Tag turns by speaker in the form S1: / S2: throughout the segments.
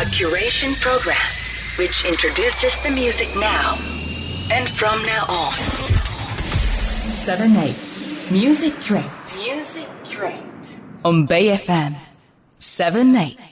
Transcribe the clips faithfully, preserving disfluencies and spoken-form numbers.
S1: A curation program which introduces the music now and from now on.
S2: seven eight Music Crate.
S1: Music Crate.
S2: On Bay エフエム セブンエイト。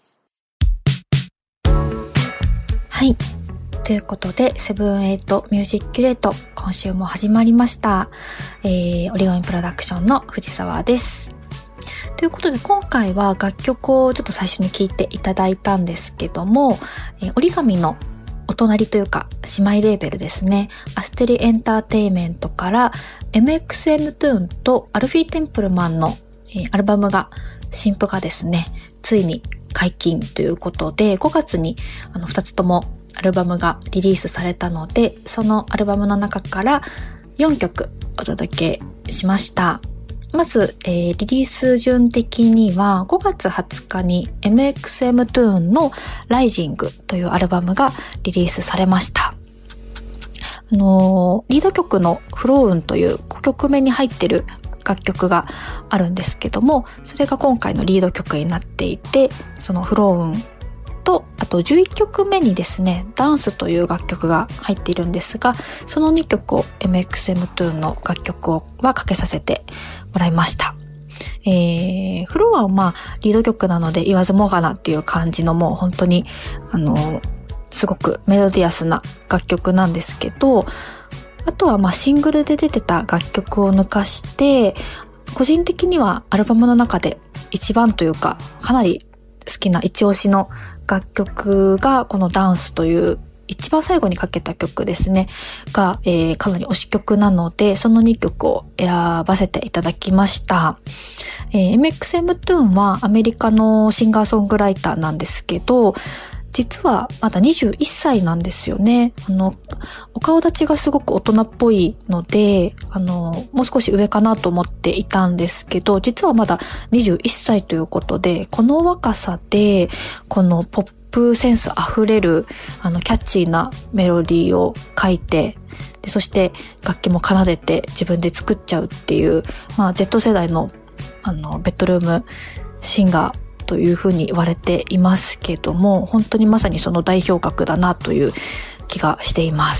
S3: はい。ということで、セブンエイトミュージックキュレート、今週も始まりました。えー、オリゴンプロダクションの藤沢です。ということで、今回は楽曲をちょっと最初に聴いていただいたんですけども、えー、折り紙のお隣というか、姉妹レーベルですね。アステリエンターテイメントから エムエックスエム トゥーンとアルフィー・テンプルマンの、えー、アルバムが、新譜がですね、ついに解禁ということで、ごがつにあのふたつともアルバムがリリースされたので、そのアルバムの中からよんきょくお届けしました。まず、えー、リリース順的にはごがつはつかに エムエックスエム トゥーンの Rising というアルバムがリリースされました。あのー、リード曲のフローウンというごきょくめに入ってる楽曲があるんですけども、それが今回のリード曲になっていて、そのフローウンと、あとじゅういっきょくめにですね、ダンスという楽曲が入っているんですが、そのにきょくを エムエックスエム トゥーンの楽曲をはかけさせてもらいました。えー、フローはまあリード曲なので言わずもがなっていう感じの、もう本当にあのすごくメロディアスな楽曲なんですけど、あとはまあシングルで出てた楽曲を抜かして、個人的にはアルバムの中で一番というか、かなり好きな一押しの楽曲がこのダンスという一番最後にかけた曲ですねが、えー、かなり推し曲なので、そのにきょくを選ばせていただきました。えー、エムエックスエム トゥーンはアメリカのシンガーソングライターなんですけど、実はまだにじゅういっさいなんですよね。あの、お顔立ちがすごく大人っぽいので、あの、もう少し上かなと思っていたんですけど、実はまだにじゅういっさいということで、この若さで、このポップセンスあふれる、あの、キャッチーなメロディーを書いて、でそして楽器も奏でて自分で作っちゃうっていう、まあ、Z 世代の、あの、ベッドルームシンガー、というふうに言われていますけども、本当にまさにその代表格だなという気がしています。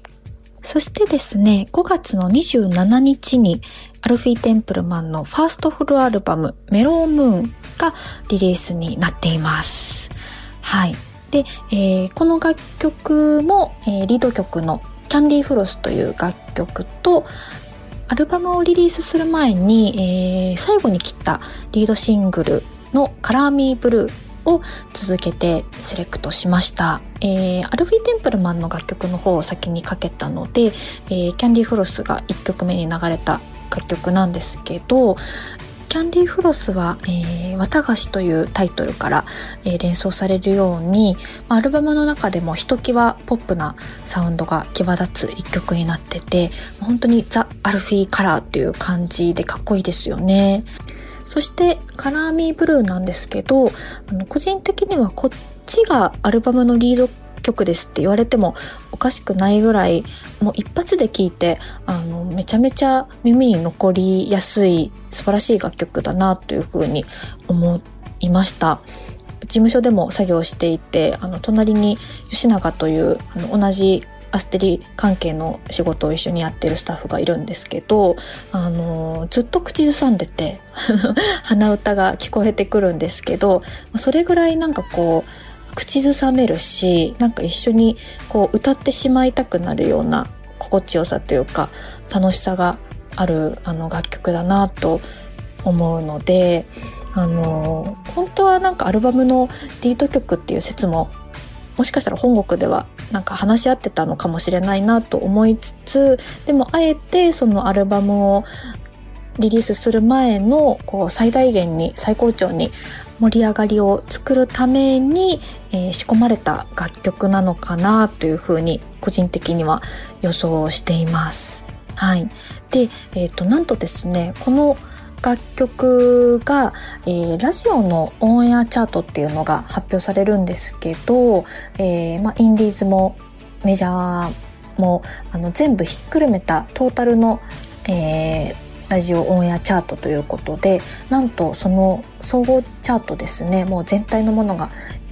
S3: そしてですね、ごがつのにじゅうしちにちにアルフィー・テンプルマンのファーストフルアルバムメロームーンがリリースになっています。はい。で、えー、この楽曲も、えー、リード曲のキャンディーフロスという楽曲と、アルバムをリリースする前に、えー、最後に切ったリードシングルのカラーミーブルーを続けてセレクトしました。えー、アルフィー・テンプルマンの楽曲の方を先にかけたので、えー、キャンディーフロスがいっきょくめに流れた楽曲なんですけど、キャンディーフロスは、えー、綿菓子というタイトルから、えー、連想されるように、アルバムの中でもひときわポップなサウンドが際立つ一曲になってて、本当にザ・アルフィーカラーっていう感じでかっこいいですよね。そしてカラーミーブルーなんですけど、あの個人的にはこっちがアルバムのリード曲ですって言われてもおかしくないぐらい、もう一発で聴いてあのめちゃめちゃ耳に残りやすい素晴らしい楽曲だなというふうに思いました。事務所でも作業していて、あの隣に吉永というあの同じアステリ関係の仕事を一緒にやってるスタッフがいるんですけど、あのずっと口ずさんでて鼻歌が聞こえてくるんですけど、それぐらいなんかこう口ずさめるし、なんか一緒にこう歌ってしまいたくなるような心地よさというか楽しさがあるあの楽曲だなと思うので、あの本当はなんかアルバムのリード曲っていう説ももしかしたら本国ではなんか話し合ってたのかもしれないなと思いつつ、でもあえてそのアルバムをリリースする前のこう最大限に最高潮に盛り上がりを作るために、えー、仕込まれた楽曲なのかなというふうに個人的には予想しています。はい。で、えっとなんとですね、この楽曲が、えー、ラジオのオンエアチャートっていうのが発表されるんですけど、えーまあ、インディーズもメジャーもあの全部ひっくるめたトータルの、えー、ラジオオンエアチャートということで、なんとその総合チャートですね、もう全体のものが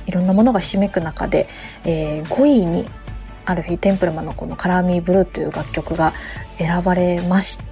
S3: いろんなものがひしめく中で、えー、ごいにアルフィー・テンプルマンのこのカラーミーブルーという楽曲が選ばれました。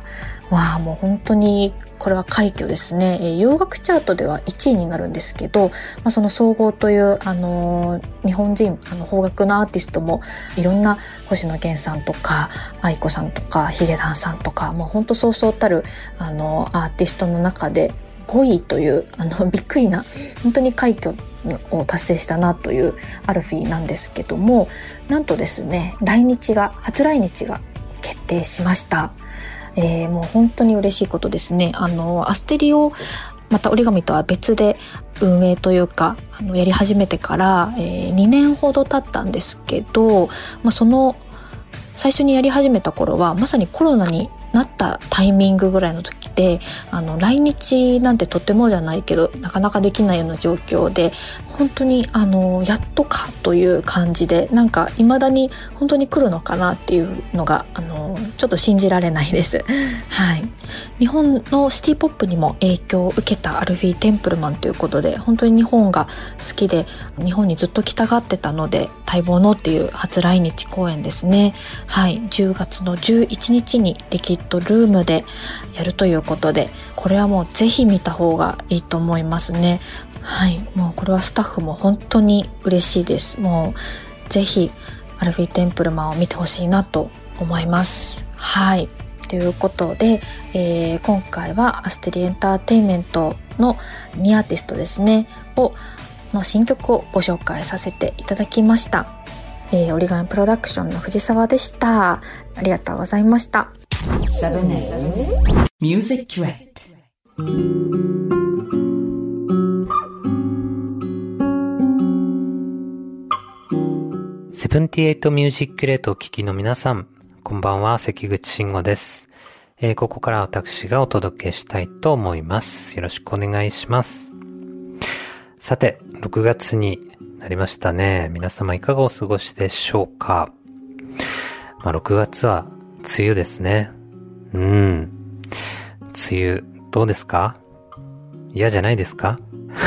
S3: わあ、もう本当にこれは快挙ですね。えー、洋楽チャートではいちいになるんですけど、まあ、その総合という、あのー、日本人あの邦楽のアーティストもいろんな星野源さんとか愛子さんとかヒゲダンさんとか、もう本当そうそうたる、あのー、アーティストの中でごいというあのびっくりな本当に快挙を達成したなというアルフィーなんですけども、なんとですね、来日が初来日が決定しました。えー、もう本当に嬉しいことですね。あのアステリをまた折り紙とは別で運営というかあのやり始めてから、えー、にねんほど経ったんですけど、まあ、その最初にやり始めた頃はまさにコロナになったタイミングぐらいの時で、あの来日なんてとてもじゃないけどなかなかできないような状況で、本当にあのやっとかという感じで、なんか未だに本当に来るのかなっていうのがあのちょっと信じられないです。はい、日本のシティポップにも影響を受けたアルフィー・テンプルマンということで、本当に日本が好きで日本にずっと来たがってたので、待望のっていう初来日公演ですね。はい、じゅうがつのじゅういちにちにリキッドルームでやるということで、これはもうぜひ見た方がいいと思いますね。はい、もうこれはスタッフも本当に嬉しいです。もうぜひアルフィー・テンプルマンを見てほしいなと思います。はい、ということで、えー、今回はアステリエンターテインメントのにアーティストですねをの新曲をご紹介させていただきました。えー、オリガンプロダクションの藤沢でした。ありがとうございました。
S2: セブンエイト Music Crate。
S4: セブンティエイトミュージックレートを聴きの皆さん、こんばんは、関口慎吾です。えー、ここから私がお届けしたいと思います。よろしくお願いします。さて、ろくがつになりましたね。皆様いかがお過ごしでしょうか。まあ、ろくがつは梅雨ですね。うん。梅雨、どうですか？嫌じゃないですか？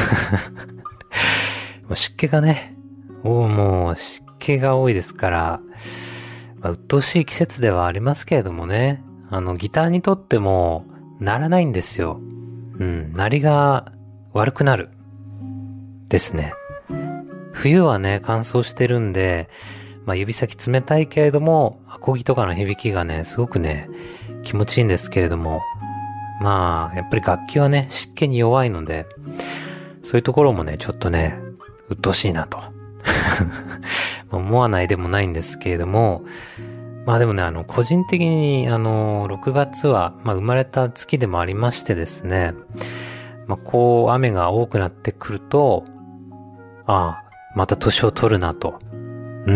S4: もう湿気がね、おもう湿気が多いですから、まあ、鬱陶しい季節ではありますけれどもね、あの、ギターにとっても、鳴らないんですよ。うん、鳴りが悪くなる。ですね。冬はね、乾燥してるんで、まあ、指先冷たいけれども、アコギとかの響きがね、すごくね、気持ちいいんですけれども、まあ、やっぱり楽器はね、湿気に弱いので、そういうところもね、ちょっとね、鬱陶しいなと。思わないでもないんですけれども、まあでもね、あの、個人的に、あの、ろくがつは、まあ生まれた月でもありましてですね、まあこう、雨が多くなってくると、ああ、また年を取るなと。うん。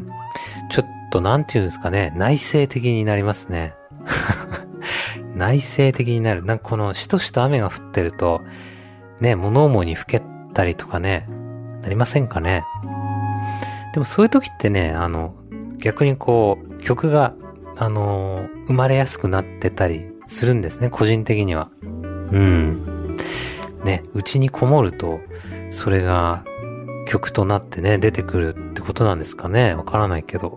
S4: ちょっと、なんていうんですかね、内省的になりますね。内省的になる。なんかこの、しとしと雨が降ってると、ね、物思いにふけったりとかね、なりませんかね。でもそういう時ってね、あの、逆にこう、曲が、あのー、生まれやすくなってたりするんですね、個人的には。うん。ね、うちにこもると、それが曲となってね、出てくるってことなんですかね。わからないけど。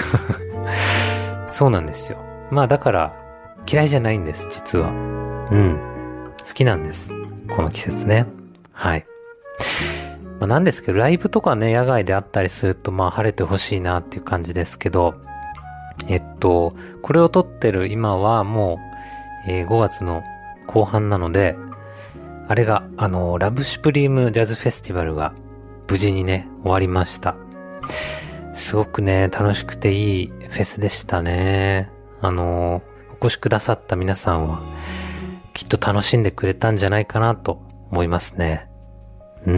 S4: そうなんですよ。まあだから、嫌いじゃないんです、実は。うん。好きなんです。この季節ね。はい。まあ、なんですけど、ライブとかね、野外であったりすると、まあ、晴れてほしいなっていう感じですけど、えっと、これを撮ってる今はもう、えー、ごがつの後半なので、あれが、あの、ラブシュプリームジャズフェスティバルが無事にね、終わりました。すごくね、楽しくていいフェスでしたね。あの、お越しくださった皆さんは、きっと楽しんでくれたんじゃないかなと思いますね。うん。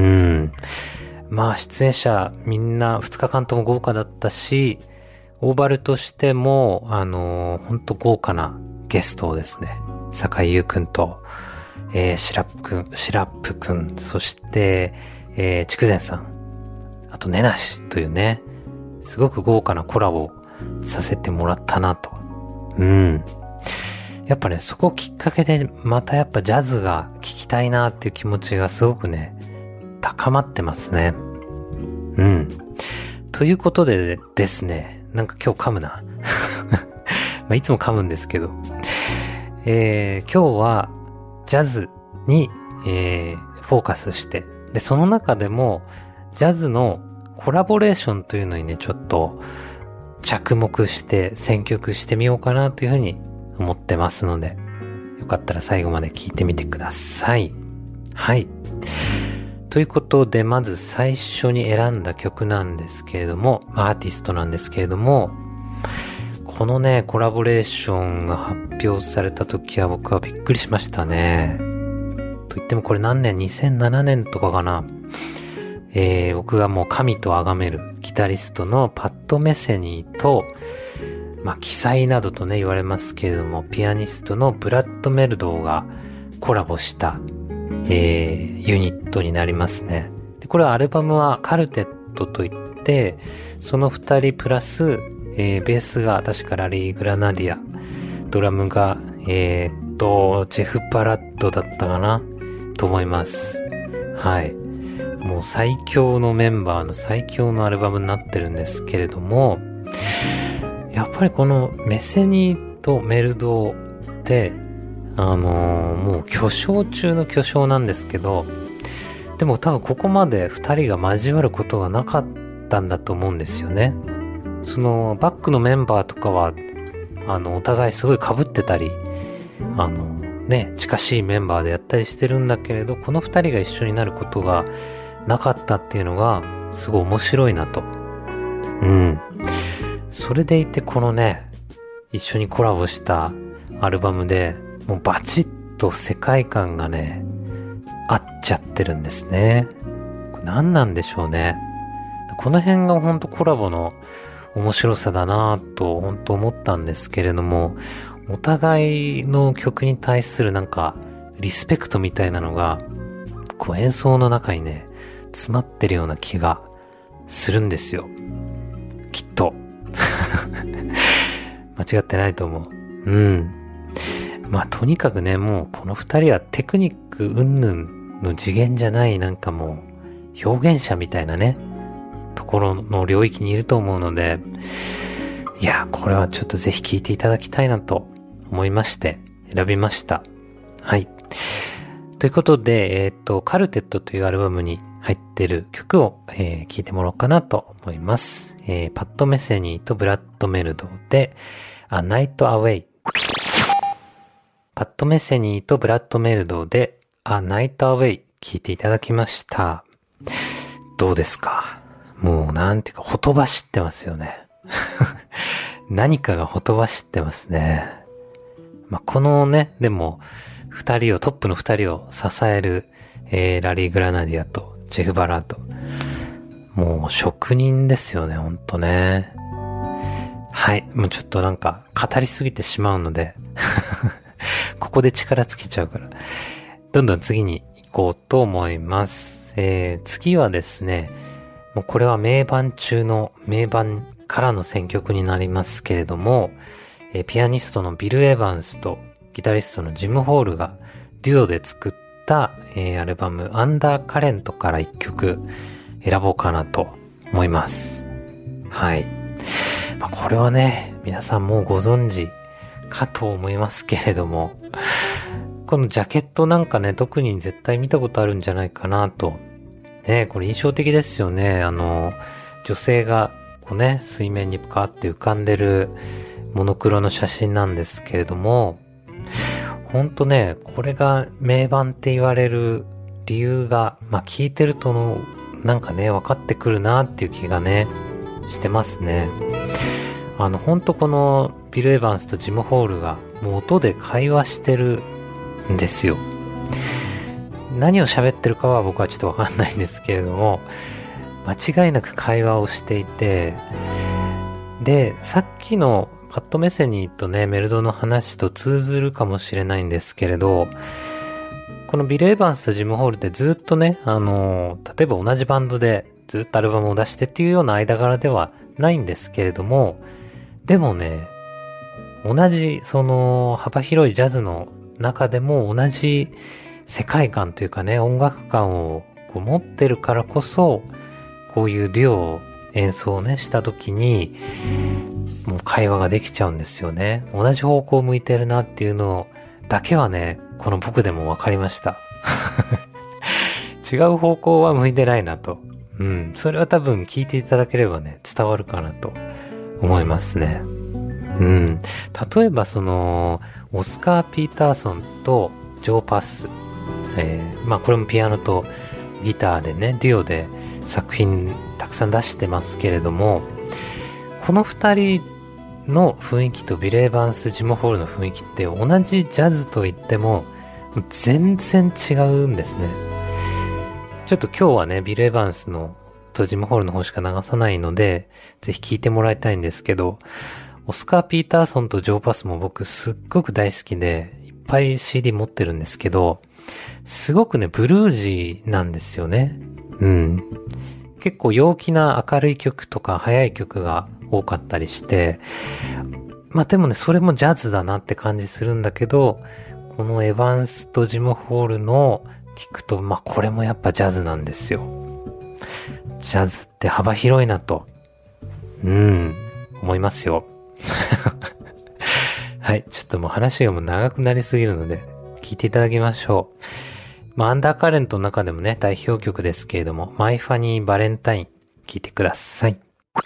S4: まあ出演者みんなふつかかんとも豪華だったし、オーバルとしてもあのー、ほんと豪華なゲストをですね、坂井優くんと、えー、シラップくん、シラップくん、そして、えー、筑前さん、あとねなしというね、すごく豪華なコラボさせてもらったなと。うん。やっぱね、そこきっかけでまたやっぱジャズが聴きたいなっていう気持ちがすごくね、高まってますね。 うん。ということでですね、なんか今日噛むな。まあいつも噛むんですけど、えー、今日はジャズに、えー、フォーカスして、で、その中でもジャズのコラボレーションというのにね、ちょっと着目して選曲してみようかなというふうに思ってますので、よかったら最後まで聞いてみてください。はい。ということで、まず最初に選んだ曲なんですけれども、アーティストなんですけれども、このね、コラボレーションが発表された時は僕はびっくりしましたね。と言ってもこれ何年 ?にせんななねんとかかな。えー、僕がもう神と崇めるギタリストのパット・メセニーと、まあ、奇才などとね言われますけれども、ピアニストのブラッド・メルドーがコラボした、えー、ユニットになりますね。で、これはアルバムはカルテットといって、その二人プラス、えー、ベースが確かラリー・グラナディア、ドラムが、えー、っと、ジェフ・パラッドだったかなと思います。はい。もう最強のメンバーの最強のアルバムになってるんですけれども、やっぱりこのメセニーとメルドって、あのー、もう巨匠中の巨匠なんですけど、でも多分ここまで二人が交わることがなかったんだと思うんですよね。そのバックのメンバーとかは、あの、お互いすごい被ってたり、あの、ね、近しいメンバーでやったりしてるんだけれど、この二人が一緒になることがなかったっていうのがすごい面白いなと。うん。それでいてこのね、一緒にコラボしたアルバムでもうバチッと世界観がね、合っちゃってるんですね。これ何なんでしょうね。この辺がほんとコラボの面白さだなぁと本当思ったんですけれども、お互いの曲に対するなんかリスペクトみたいなのがこう演奏の中にね詰まってるような気がするんですよ。きっと間違ってないと思う。うん。まあとにかくね、もうこの二人はテクニック云々の次元じゃない、なんかもう表現者みたいなねところの領域にいると思うので、いやこれはちょっとぜひ聴いていただきたいなと思いまして選びました。はい。ということで、えっと、カルテットというアルバムに入ってる曲を、えー、聴いてもらおうかなと思います。えー、パッド・メセニーとブラッド・メルドで A Night Away。パッド・メセニーとブラッド・メルドで A Night Away 聴いていただきました。どうですか？もうなんていうかほとばしってますよね。何かがほとばしってますね。まあ、このね、でも二人を、トップの二人を支える、えー、ラリー・グラナディアとジェフ・バラード。もう職人ですよね、ほんとね。はい。もうちょっとなんか語りすぎてしまうので、ここで力尽きちゃうから、どんどん次に行こうと思います。えー、次はですね、もうこれは名盤中の名盤からの選曲になりますけれども、えー、ピアニストのビル・エヴァンスとギタリストのジム・ホールがデュオで作った、えー、アルバムアンダーカレントから一曲選ぼうかなと思います。はい。まあ、これはね、皆さんもうご存知かと思いますけれども、このジャケットなんかね、特に絶対見たことあるんじゃないかなと。ね、これ印象的ですよね。あの、女性がこうね、水面にパーって浮かんでるモノクロの写真なんですけれども、ほんとね、これが名盤って言われる理由が、まあ、聞いてるとの、なんかね、分かってくるなっていう気がね、してますね。あの、ほんとこのビル・エヴァンスとジム・ホールがもう音で会話してるんですよ。何を喋ってるかは僕はちょっと分かんないんですけれども、間違いなく会話をしていて、で、さっきのパッド・メセニーとね、メルドの話と通ずるかもしれないんですけれど、このビル・エヴァンスとジム・ホールってずっとね、あの、例えば同じバンドでずっとアルバムを出してっていうような間柄ではないんですけれども、でもね、同じその幅広いジャズの中でも同じ世界観というかね、音楽観をこう持ってるからこそ、 こういうデュオを演奏をね、した時に、もう会話ができちゃうんですよね。同じ方向を向いてるなっていうのだけはね、この僕でも分かりました。違う方向は向いてないなと。うん。それは多分聞いていただければね、伝わるかなと思いますね。うん。例えばその、オスカー・ピーターソンとジョー・パス。えー、まあこれもピアノとギターでね、デュオで作品たくさん出してますけれども、この二人の雰囲気とビル・エヴァンス・ジム・ホールの雰囲気って同じジャズと言っても全然違うんですね。ちょっと今日はね、ビル・エヴァンスのとジム・ホールの方しか流さないので、ぜひ聴いてもらいたいんですけど、オスカー・ピーターソンとジョー・パスも僕すっごく大好きで、いっぱい シーディー 持ってるんですけど、すごくね、ブルージーなんですよね。うん。結構陽気な明るい曲とか速い曲が多かったりして、まあでもね、それもジャズだなって感じするんだけど、このエヴァンスとジム・ホールの聞くと、まあこれもやっぱジャズなんですよ。ジャズって幅広いなと、うん、思いますよ。はい、ちょっともう話がもう長くなりすぎるので、聞いていただきましょう。まあアンダーカレントの中でもね、代表曲ですけれども、マイ・ファニー・バレンタイン、聞いてください。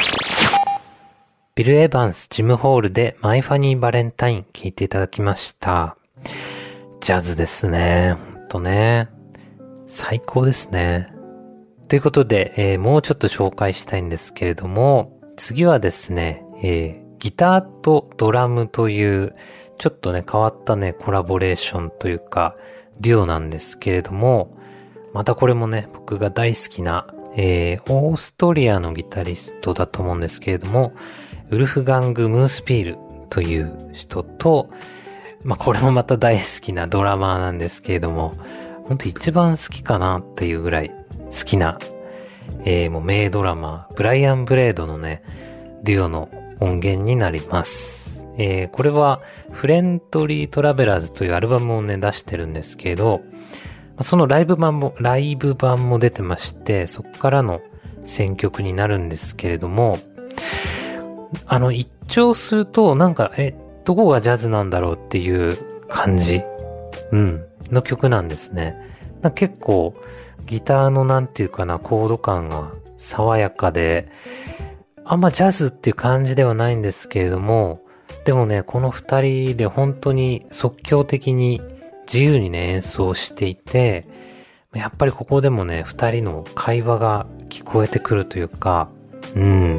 S4: ビル・エヴァンス、ジム・ホールでマイ・ファニー・バレンタイン、聞いていただきました。ジャズですね。ほんとね。最高ですね。ということで、えー、もうちょっと紹介したいんですけれども、次はですね、えー、ギターとドラムという、ちょっとね、変わったね、コラボレーションというか、デュオなんですけれども、またこれもね、僕が大好きな、えー、オーストリアのギタリストだと思うんですけれども、ウルフガング・ムースピールという人と、まあこれもまた大好きなドラマーなんですけれども、ほんと一番好きかなっていうぐらい好きな、えー、もう名ドラマー、ブライアン・ブレードのね、デュオの音源になります。えー、これはフレンドリートラベラーズというアルバムをね出してるんですけど、そのライブ版も、ライブ版も出てまして、そこからの選曲になるんですけれども、あの一聴するとなんか、え、どこがジャズなんだろうっていう感じ、うん、の曲なんですね。結構ギターのなんていうかな、コード感が爽やかで、あんまジャズっていう感じではないんですけれども、でもね、この二人で本当に即興的に自由にね、演奏していて、やっぱりここでもね、二人の会話が聞こえてくるというか、うん、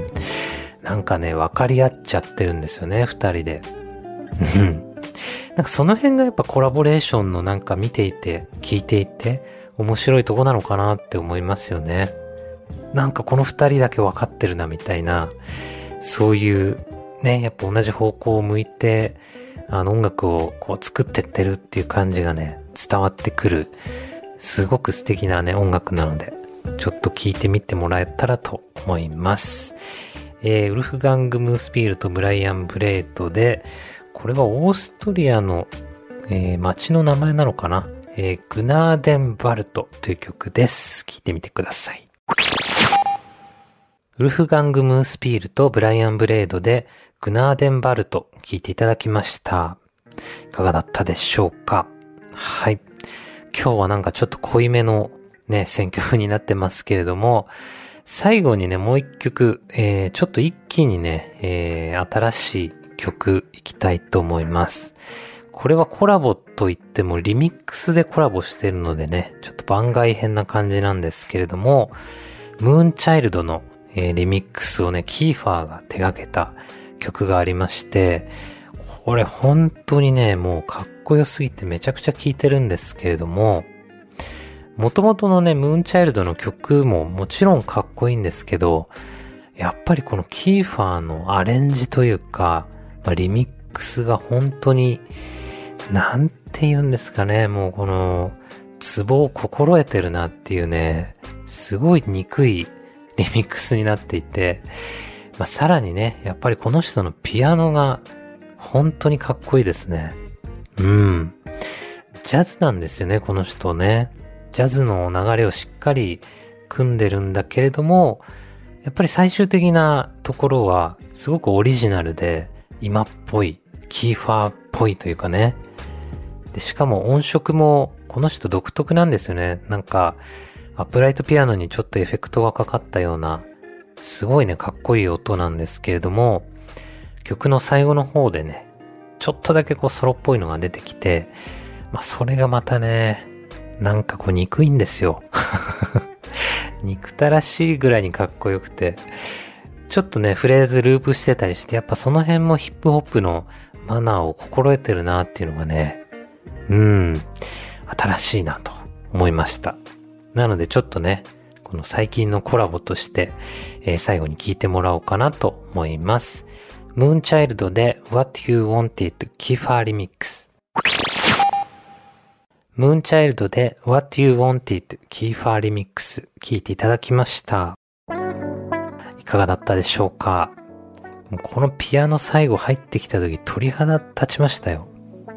S4: なんかね、分かり合っちゃってるんですよね、二人で。うん。なんかその辺がやっぱコラボレーションのなんか見ていて、聞いていて、面白いとこなのかなって思いますよね。なんかこの二人だけ分かってるなみたいな、そういうね、やっぱ同じ方向を向いて、あの音楽をこう作ってってるっていう感じがね、伝わってくる、すごく素敵なね、音楽なので、ちょっと聴いてみてもらえたらと思います。えー、ウルフガング・ムースピールとブライアン・ブレードで、これはオーストリアの、えー、町の名前なのかな、えー、グナーデンバルトという曲です。聴いてみてください。ウルフガング・ムースピールとブライアン・ブレードでグナーデンバルト聴いていただきました。いかがだったでしょうか。はい。今日はなんかちょっと濃いめのね、選曲になってますけれども、最後にね、もう一曲、えー、ちょっと一気にね、えー、新しい曲いきたいと思います。これはコラボといってもリミックスでコラボしてるのでね、ちょっと番外編な感じなんですけれども、ムーンチャイルドの、えー、リミックスをね、キーファーが手掛けた曲がありまして、これ本当にね、もうかっこよすぎてめちゃくちゃ聴いてるんですけれども、元々のね、ムーンチャイルドの曲ももちろんかっこいいんですけど、やっぱりこのキーファーのアレンジというか、まあ、リミックスが本当に、なんて言うんですかね、もうこの、ツボを心得てるなっていうね、すごい憎いリミックスになっていて、まあ、さらにね、やっぱりこの人のピアノが本当にかっこいいですね。うん。ジャズなんですよね、この人ね。ジャズの流れをしっかり組んでるんだけれども、やっぱり最終的なところはすごくオリジナルで今っぽい、キーファーっぽいというかね。で、しかも音色もこの人独特なんですよね。なんかアップライトピアノにちょっとエフェクトがかかったような、すごいね、かっこいい音なんですけれども、曲の最後の方でね、ちょっとだけこうソロっぽいのが出てきて、まあそれがまたね、なんかこう憎いんですよ。憎たらしいぐらいにかっこよくて、ちょっとね、フレーズループしてたりして、やっぱその辺もヒップホップのマナーを心得てるなっていうのがね、うん、新しいなと思いました。なのでちょっとね、この最近のコラボとして、えー、最後に聴いてもらおうかなと思います。ムーンチャイルドで What You Wanted キファーリミックス。ムーンチャイルドで What You Wanted キーファーリミックス聴いていただきました。いかがだったでしょうか。もうこのピアノ最後入ってきた時鳥肌立ちましたよ。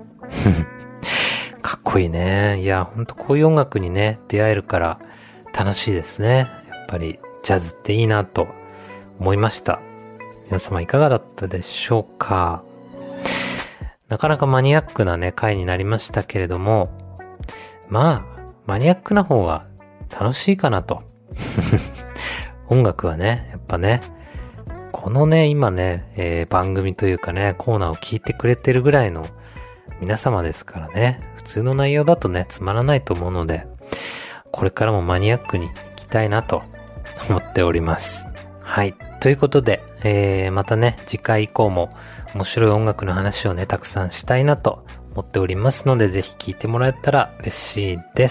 S4: かっこいいね。いや、ほんとこういう音楽にね、出会えるから楽しいですね。やっぱりジャズっていいなと思いました。皆様いかがだったでしょうか。なかなかマニアックなね、回になりましたけれども、まあ、マニアックな方が楽しいかなと。音楽はね、やっぱね、このね、今ね、えー、番組というかね、コーナーを聞いてくれてるぐらいの皆様ですからね、普通の内容だとね、つまらないと思うので、これからもマニアックに行きたいなと思っております。はい。ということで、えー、またね、次回以降も面白い音楽の話をね、たくさんしたいなと思っておりますので、ぜひ聞いてもらえたら嬉しいです。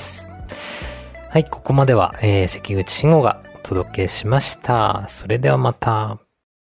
S4: はい、ここまでは、えー、関口慎吾がお届けしました。それではまた。